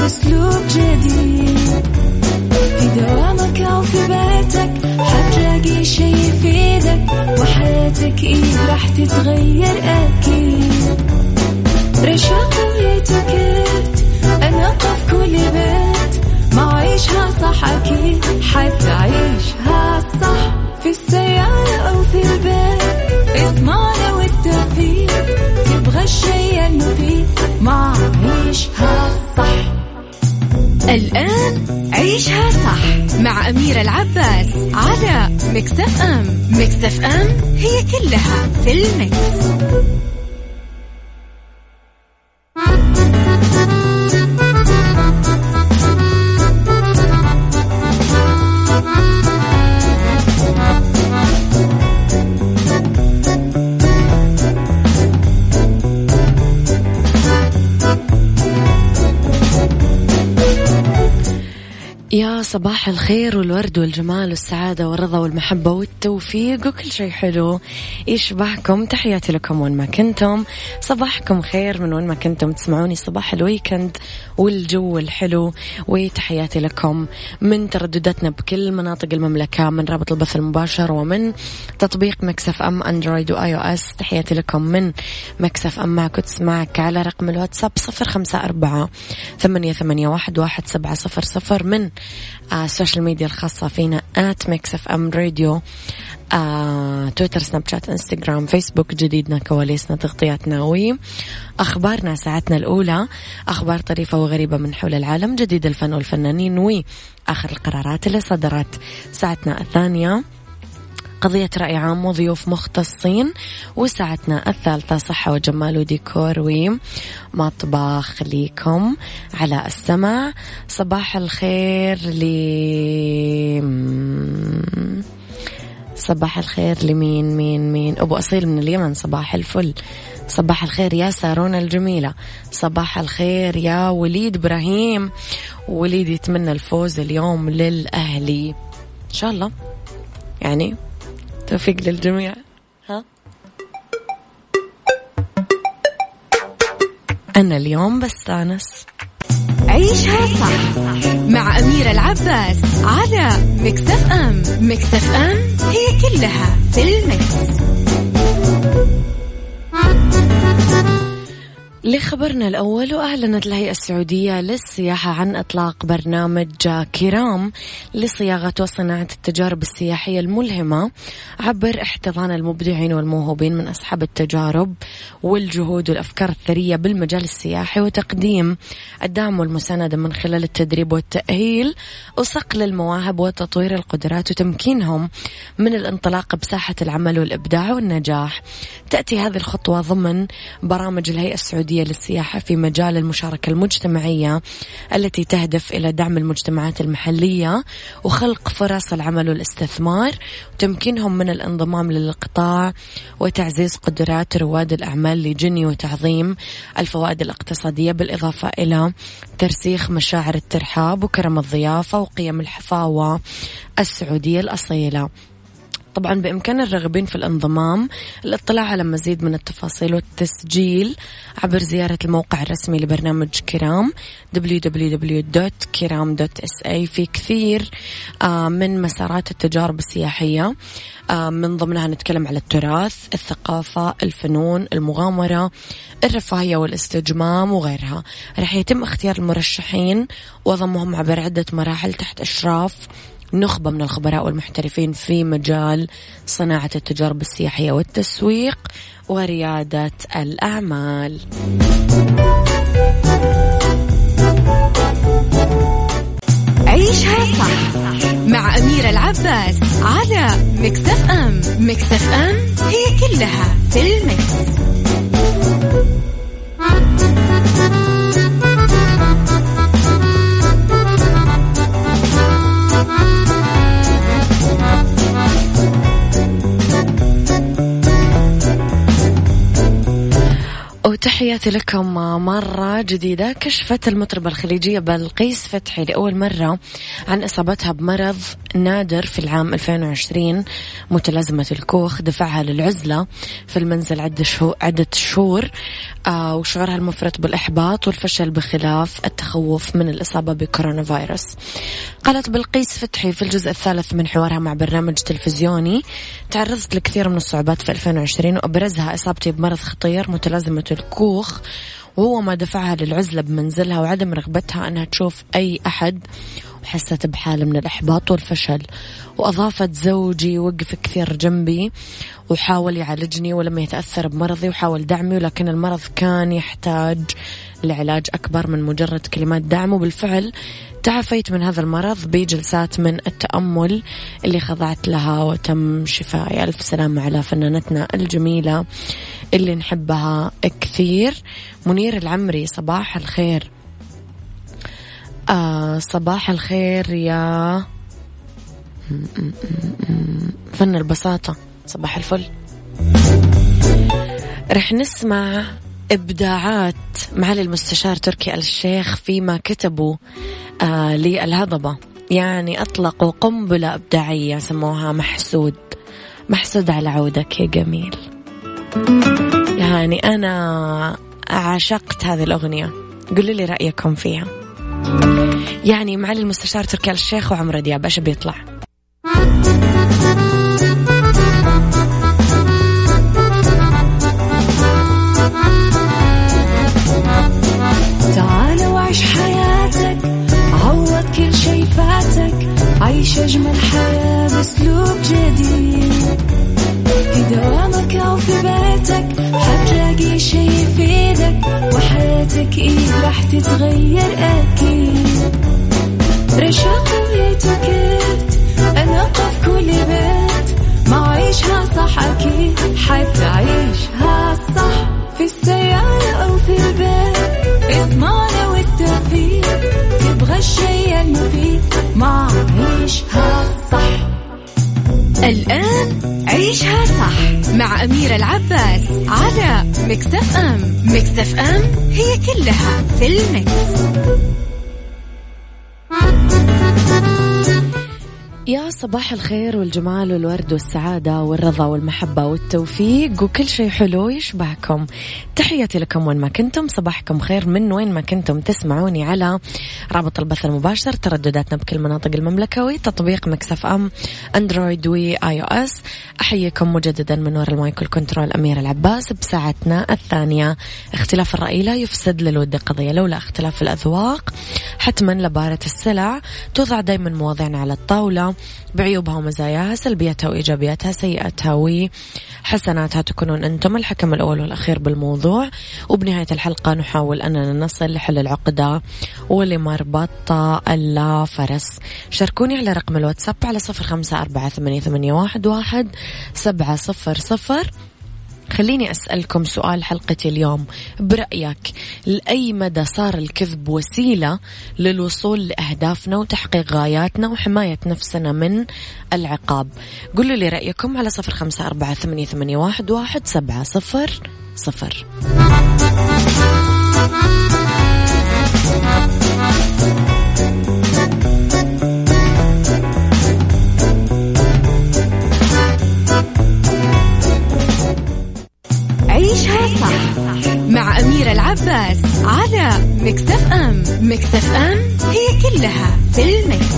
بأسلوب جديد. في دوامك أو في بيتك حتلاقي شي يفيدك، وحياتك إيه راح تتغير أكيد. رشاق ويتوكيت أنا قف كل بيت، ما عيشها صح أكيد حتعيشها صح. في السيارة أو في البيت اسمعنا والتوفيق، تبغى الشيء المفيد ما عيشها صح. الآن عيشها صح مع أميرة العباس على ميكس اف ام. ميكس اف ام هي كلها في الميكس. يا صباح الخير والورد والجمال والسعادة والرضا والمحبة والتوفيق وكل شيء حلو يشبهكم. تحياتي لكم وين ما كنتم، صباحكم خير من وين ما كنتم تسمعوني، صباح الويكند والجو الحلو. وتحياتي لكم من تردداتنا بكل مناطق المملكة، من رابط البث المباشر ومن تطبيق ميكس اف ام اندرويد واي او اس. تحياتي لكم من ميكس اف ام، معك تسمعك على رقم الواتساب 0548811700 من السوشيال ميديا الخاصة فينا @mixfmradio، تويتر، سناب شات، انستغرام، فيسبوك. جديدنا، كواليسنا، تغطياتنا وأخبارنا ساعتنا الأولى، أخبار طريفة وغريبة من حول العالم، جديد الفن والفنانين وآخر القرارات اللي صدرت. ساعتنا الثانية قضية رأي عام وضيوف مختصين، وساعتنا الثالثة صحة وجمال وديكور ومطبخ ليكم على السمع. صباح الخير صباح الخير لمين مين أبو أصيل من اليمن، صباح الفل. صباح الخير يا سارون الجميلة، صباح الخير يا وليد إبراهيم. وليد يتمنى الفوز اليوم للأهلي إن شاء الله، يعني توفيق للجميع. ها أنا اليوم بستانس. عيشها صح مع أميرة العباس على ميكس اف ام. ميكس اف ام هي كلها في الميكس. لخبرنا الأول، وأعلنت الهيئة السعودية للسياحة عن إطلاق برنامج كرام لصياغة وصناعة التجارب السياحية الملهمة عبر احتضان المبدعين والموهوبين من أصحاب التجارب والجهود والأفكار الثرية بالمجال السياحي، وتقديم الدعم والمساندة من خلال التدريب والتأهيل وصقل المواهب وتطوير القدرات وتمكينهم من الانطلاق بساحة العمل والإبداع والنجاح. تأتي هذه الخطوة ضمن برامج الهيئة السعودية للسياحة في مجال المشاركة المجتمعية التي تهدف إلى دعم المجتمعات المحلية وخلق فرص العمل والاستثمار وتمكينهم من الانضمام للقطاع وتعزيز قدرات رواد الأعمال لجني وتعظيم الفوائد الاقتصادية، بالإضافة إلى ترسيخ مشاعر الترحاب وكرم الضيافة وقيم الحفاوة السعودية الأصيلة. طبعا بإمكان الراغبين في الانضمام الاطلاع على مزيد من التفاصيل والتسجيل عبر زيارة الموقع الرسمي لبرنامج كرام www.kiram.sa. في كثير من مسارات التجارب السياحية، من ضمنها نتكلم على التراث، الثقافة، الفنون، المغامرة، الرفاهية والاستجمام وغيرها. رح يتم اختيار المرشحين وضمهم عبر عدة مراحل تحت إشراف نخبة من الخبراء والمحترفين في مجال صناعة التجارب السياحية والتسويق وريادة الأعمال. عيشها صح مع أميرة العباس على ميكس اف ام. ميكس اف ام هي كلها في الميكس. وتحياتي تحياتي لكم مرة جديدة. كشفت المطربة الخليجية بلقيس فتحي لأول مرة عن إصابتها بمرض نادر في العام 2020 متلازمة الكوخ، دفعها للعزلة في المنزل عدة شهور وشعورها المفرط بالإحباط والفشل بخلاف التخوف من الإصابة بكورونا فيروس. قالت بلقيس فتحي في الجزء الثالث من حوارها مع برنامج تلفزيوني: تعرضت لكثير من الصعوبات في 2020 وأبرزها إصابتي بمرض خطير متلازمة الكوخ، وهو ما دفعها للعزلة بمنزلها وعدم رغبتها أنها تشوف أي أحد، وحست بحالة من الإحباط والفشل. وأضافت: زوجي وقف كثير جنبي وحاول يعالجني ولم يتأثر بمرضي وحاول دعمي، ولكن المرض كان يحتاج لعلاج أكبر من مجرد كلمات دعم، وبالفعل تعافيت من هذا المرض بجلسات من التأمل اللي خضعت لها وتم شفائي. ألف سلامة على فنانتنا الجميلة اللي نحبها كثير. منير العمري، صباح الخير. صباح الخير يا فن البساطة، صباح الفل. رح نسمع إبداعات معالي المستشار تركي آل الشيخ فيما كتبوا للهضبة، يعني أطلقوا قنبلة إبداعية سموها محسود على عودك يا جميل. يعني أنا عشقت هذه الأغنية، قولوا لي رأيكم فيها. يعني معالي المستشار تركي آل الشيخ وعمرو دياب إيش بيطلع؟ تعال وعيش حياتك، عوض كل شي فاتك، عيش أجمل حياة بأسلوب جديد. في دوامك أو في بيتك حتلاقي شي يفيدك، وحياتك راح تتغير أكيد. رشاق ويتوكيت أنا قف كل بيت، ما عيشها صح أكيد حتعيشها صح. في السيارة أو في البيت اضمعنا والتوفيق، تبغى الشيء المفيد ما عيشها صح. الآن عيشها صح مع أميرة العباس على ميكس اف ام. ميكس اف ام هي كلها في الميكس. يا صباح الخير والجمال والورد والسعادة والرضا والمحبة والتوفيق وكل شيء حلو يشبهكم. تحياتي لكم وين ما كنتم، صباحكم خير من وين ما كنتم تسمعوني على رابط البث المباشر، تردداتنا بكل مناطق المملكة وتطبيق ميكس اف ام اندرويد واي او اس. أحييكم مجددا من وراء المايك والكنترول أميرة العباس بساعتنا الثانية. اختلاف الرأي لا يفسد للود قضية، لولا اختلاف الأذواق حتما لبارة السلع. توضع دايما مواضيعنا على الطاولة بعيوبها ومزاياها، سلبياتها وإيجابياتها، سيئاتها وحسناتها، تكونون أنتم الحكم الأول والأخير بالموضوع. وبنهاية الحلقة نحاول أننا نصل لحل العقدة ولمربط اللا فرس. شاركوني على رقم الواتساب على 0548811700. خليني أسألكم سؤال حلقتي اليوم، برأيك لأي مدى صار الكذب وسيلة للوصول لأهدافنا وتحقيق غاياتنا وحماية نفسنا من العقاب؟ قولوا لي رأيكم على 0548811700. عيشها صح مع أميرة العباس على ميكس اف ام. ميكس اف ام هي كلها في الميكس.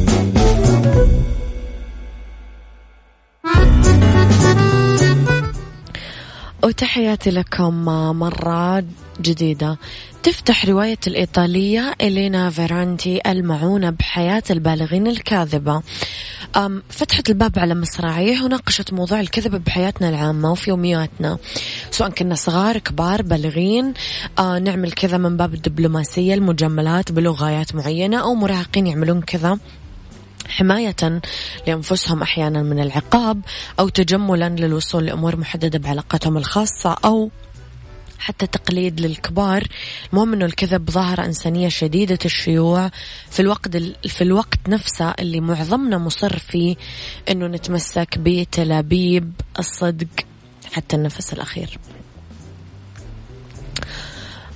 وتحياتي لكم مرة جديدة. تفتح رواية الإيطالية إلينا فيرانتي المعونة بحياة البالغين الكاذبة، فتحت الباب على مصراعيه وناقشت موضوع الكذب بحياتنا العامة وفي يومياتنا، سواء كنا صغار كبار بالغين. نعمل كذا من باب الدبلوماسية، المجاملات بلغايات معينة، أو مراهقين يعملون كذا حماية لأنفسهم أحيانا من العقاب، أو تجملا للوصول لأمور محددة بعلاقتهم الخاصة، أو حتى تقليد للكبار. المهم أنه الكذب ظاهرة إنسانية شديدة الشيوع في الوقت نفسه اللي معظمنا مصر فيه أنه نتمسك بتلابيب الصدق حتى النفس الأخير.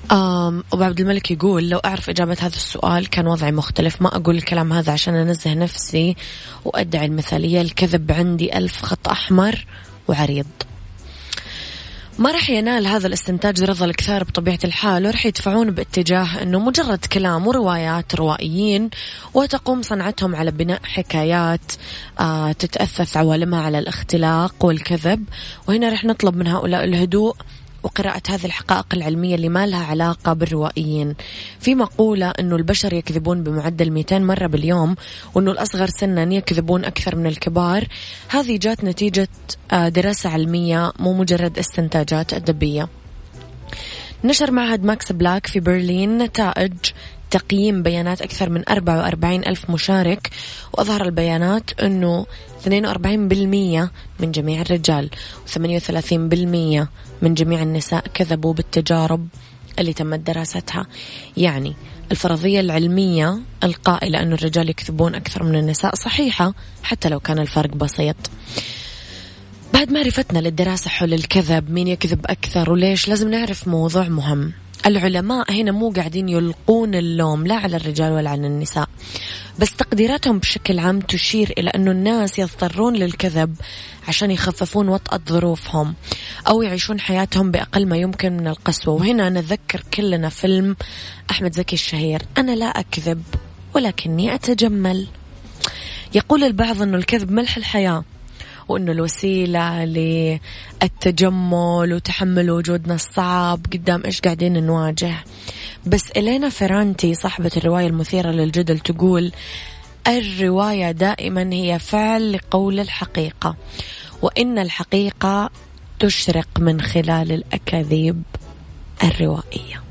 أبو عبد الملك يقول لو أعرف إجابة هذا السؤال كان وضعي مختلف. ما أقول الكلام هذا عشان أنزه نفسي وأدعي المثالية. الكذب عندي 1000 خط أحمر وعريض. ما رح ينال هذا الاستنتاج رضا الكثار بطبيعة الحال، ورح يدفعون باتجاه أنه مجرد كلام وروايات روائيين، وتقوم صنعتهم على بناء حكايات تتأسس عوالمها على الاختلاق والكذب. وهنا رح نطلب من هؤلاء الهدوء وقراءة هذه الحقائق العلمية اللي ما لها علاقة بالروائيين. في مقولة أنه البشر يكذبون بمعدل 200 مرة باليوم، وأنه الأصغر سنا يكذبون أكثر من الكبار. هذه جات نتيجة دراسة علمية مو مجرد استنتاجات أدبية. نشر معهد ماكس بلاك في برلين نتائج تقييم بيانات أكثر من 44,000 مشارك، وأظهر البيانات أنه 42% من جميع الرجال و38% من جميع النساء كذبوا بالتجارب اللي تمت دراستها. يعني الفرضية العلمية القائلة أن الرجال يكذبون أكثر من النساء صحيحة حتى لو كان الفرق بسيط. بعد معرفتنا للدراسة حول الكذب، مين يكذب أكثر وليش، لازم نعرف موضوع مهم. العلماء هنا مو قاعدين يلقون اللوم لا على الرجال ولا على النساء، بس تقديراتهم بشكل عام تشير إلى أنه الناس يضطرون للكذب عشان يخففون وطأة ظروفهم أو يعيشون حياتهم بأقل ما يمكن من القسوة. وهنا نذكر كلنا فيلم أحمد زكي الشهير أنا لا أكذب ولكني أتجمل. يقول البعض أنه الكذب ملح الحياة، وأنه الوسيلة للتجمل وتحمل وجودنا الصعب قدام إيش قاعدين نواجه. بس إلينا فيرانتي صاحبة الرواية المثيرة للجدل تقول الرواية دائما هي فعل لقول الحقيقة، وإن الحقيقة تشرق من خلال الأكاذيب الروائية.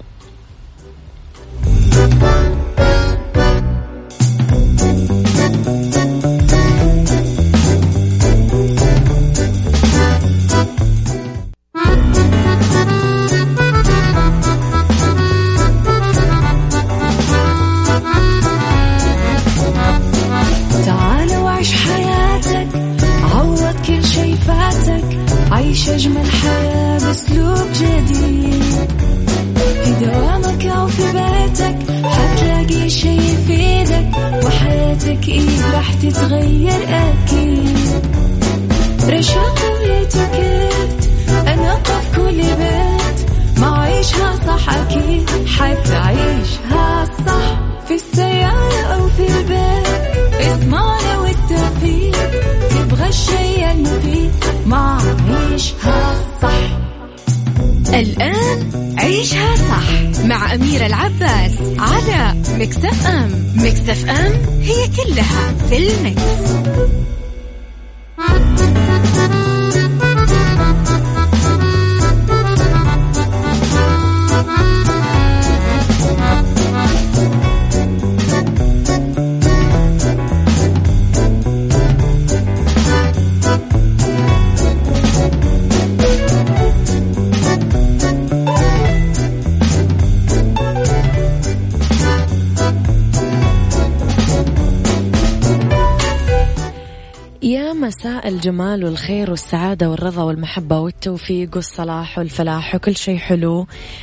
عيش أجمل حياة بأسلوب جديد، في دوامك أو في بيتك حتلاقي شي يفيدك، وحياتك إيه راح تتغير أكيد. رشاق ويتوكيت أنا قف كل بيت، ما عيشها صح أكيد حتعيشها صح، في السيارة أو في البيت اسمعنا والتوفيق، تبغى الشي المفيد ما عيشها صح. الآن عيشها صح مع أميرة العباس على ميكس اف ام. ميكس اف ام هي كلها في الميكس. مساء الجمال والخير والسعادة والرضا والمحبة والتوفيق والصلاح والفلاح وكل شيء حلو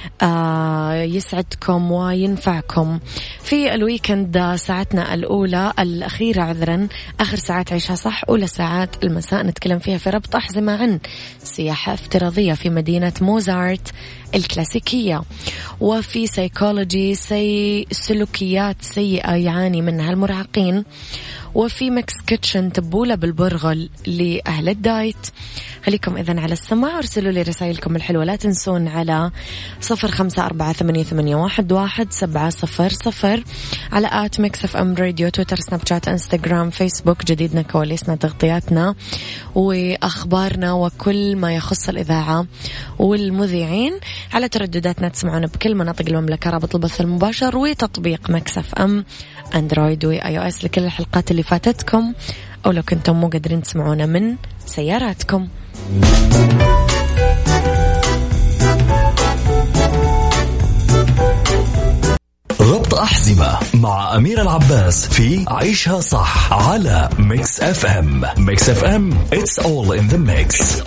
يسعدكم وينفعكم في الويكند. ساعتنا الأخيرة عذرا، آخر ساعات عيشها صح، أولى ساعات المساء نتكلم فيها في ربط أحزمة عن سياحة افتراضية في مدينة موزارت الكلاسيكية، وفي سيكولوجي سلوكيات سيئة يعاني منها المراهقين، وفي مكس كيتشن تبولة بالبرغل لأهل الدايت. خليكم إذن على السماع وارسلوا لي رسائلكم الحلوة، لا تنسون على 0548811700 على ميكس اف ام راديو، تويتر، سناب شات، انستغرام، فيسبوك. جديدنا، كواليسنا، تغطياتنا وأخبارنا وكل ما يخص الإذاعة والمذيعين على تردداتنا. تسمعونا بكل مناطق المملكة، رابط البث المباشر وتطبيق ميكس اف ام اندرويد واي او اس لكل الحلقات اللي فاتتكم، أو لو كنتم مو قادرين تسمعونا من سياراتكم. ربط أحزمة مع أميرة العباس في عيشها صح على ميكس اف ام. ميكس اف ام it's all in the mix.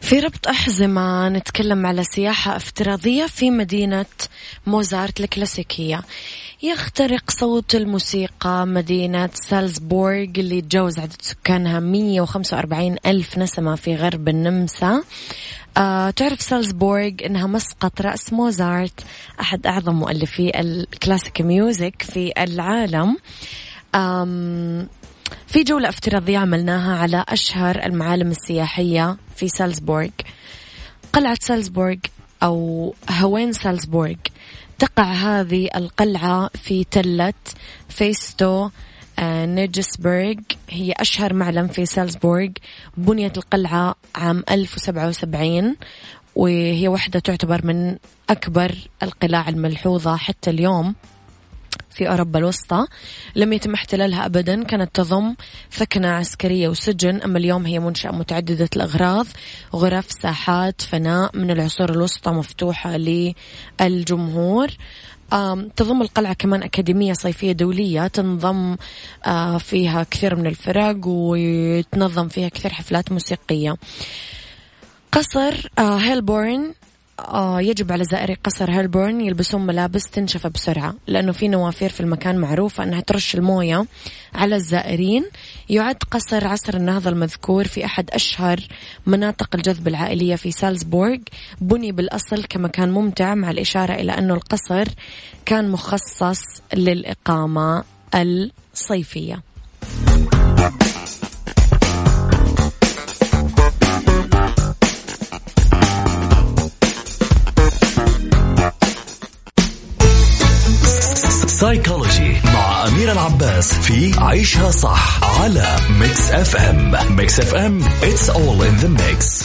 في ربط أحزمة نتكلم على سياحة افتراضية في مدينة موزارت الكلاسيكية. يخترق صوت الموسيقى مدينة سالزبورغ اللي تجاوز عدد سكانها 145 ألف نسمة في غرب النمسا. تعرف سالزبورغ إنها مسقط رأس موزارت، أحد أعظم مؤلفي الكلاسيك ميوزك في العالم. في جولة افتراضية عملناها على أشهر المعالم السياحية في سالزبورغ. قلعة سالزبورغ أو هوين سالزبورغ، تقع هذه القلعة في تلة فيستو نيجسبورغ، هي أشهر معلم في سالزبورغ. بنيت القلعة عام 1077 وهي واحدة تعتبر من أكبر القلاع الملحوظة حتى اليوم في أوروبا الوسطى. لم يتم احتلالها أبدا، كانت تضم ثكنة عسكرية وسجن، أما اليوم هي منشأة متعددة الأغراض، غرف، ساحات فناء من العصور الوسطى مفتوحة للجمهور. تضم القلعة كمان أكاديمية صيفية دولية تنضم فيها كثير من الفرق وتنظم فيها كثير حفلات موسيقية. قصر هيلبورن، يجب على زائري قصر هيلبورن يلبسون ملابس تنشف بسرعة لأنه في نوافير في المكان معروفة أنها ترش الموية على الزائرين. يعد قصر عصر النهضة المذكور في أحد أشهر مناطق الجذب العائلية في سالزبورغ. بني بالأصل كمكان ممتع، مع الإشارة إلى أنه القصر كان مخصص للإقامة الصيفية. سايكولوجي مع أميرة العباس في عيشها صح على ميكس اف ام. ميكس اف ام it's all in the mix.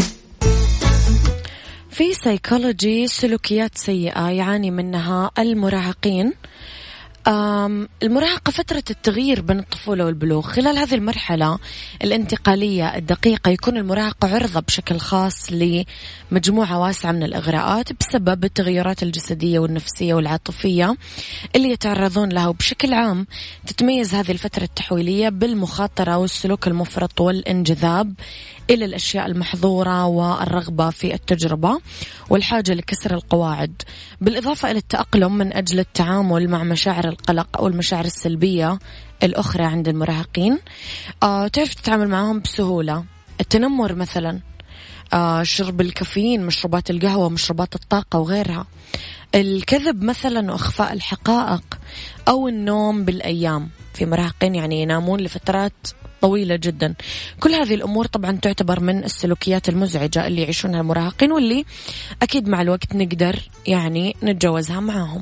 في سايكولوجي سلوكيات سيئة يعاني منها المراهقين. المراهقة فترة التغيير بين الطفولة والبلوغ. خلال هذه المرحلة الانتقالية الدقيقة يكون المراهق عرضة بشكل خاص لمجموعة واسعة من الإغراءات بسبب التغيرات الجسدية والنفسية والعاطفية اللي يتعرضون لها. وبشكل عام تتميز هذه الفترة التحويلية بالمخاطرة والسلوك المفرط والانجذاب إلى الأشياء المحظورة والرغبة في التجربة والحاجة لكسر القواعد، بالإضافة إلى التأقلم من أجل التعامل مع مشاعر القلق أو المشاعر السلبية الأخرى عند المراهقين. تعرف تتعامل معهم بسهولة. التنمر مثلا، شرب الكافيين، مشروبات القهوة، مشروبات الطاقة وغيرها، الكذب مثلا وإخفاء الحقائق، أو النوم بالأيام. في مراهقين يعني ينامون لفترات طويلة جدا. كل هذه الأمور طبعا تعتبر من السلوكيات المزعجة اللي يعيشونها المراهقين، واللي أكيد مع الوقت نقدر يعني نتجاوزها معهم.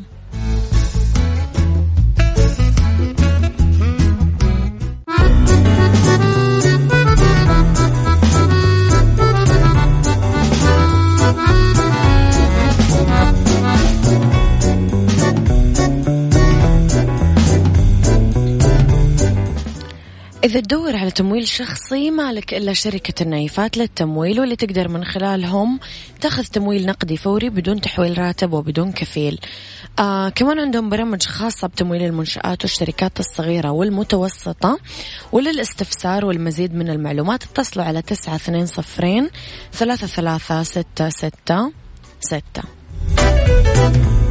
إذا تدور على تمويل شخصي ما لك إلا شركة النايفات للتمويل، واللي تقدر من خلالهم تأخذ تمويل نقدي فوري بدون تحويل راتب وبدون كفيل. كمان عندهم برامج خاصة بتمويل المنشآت والشركات الصغيرة والمتوسطة. وللاستفسار والمزيد من المعلومات اتصلوا على 920-3366.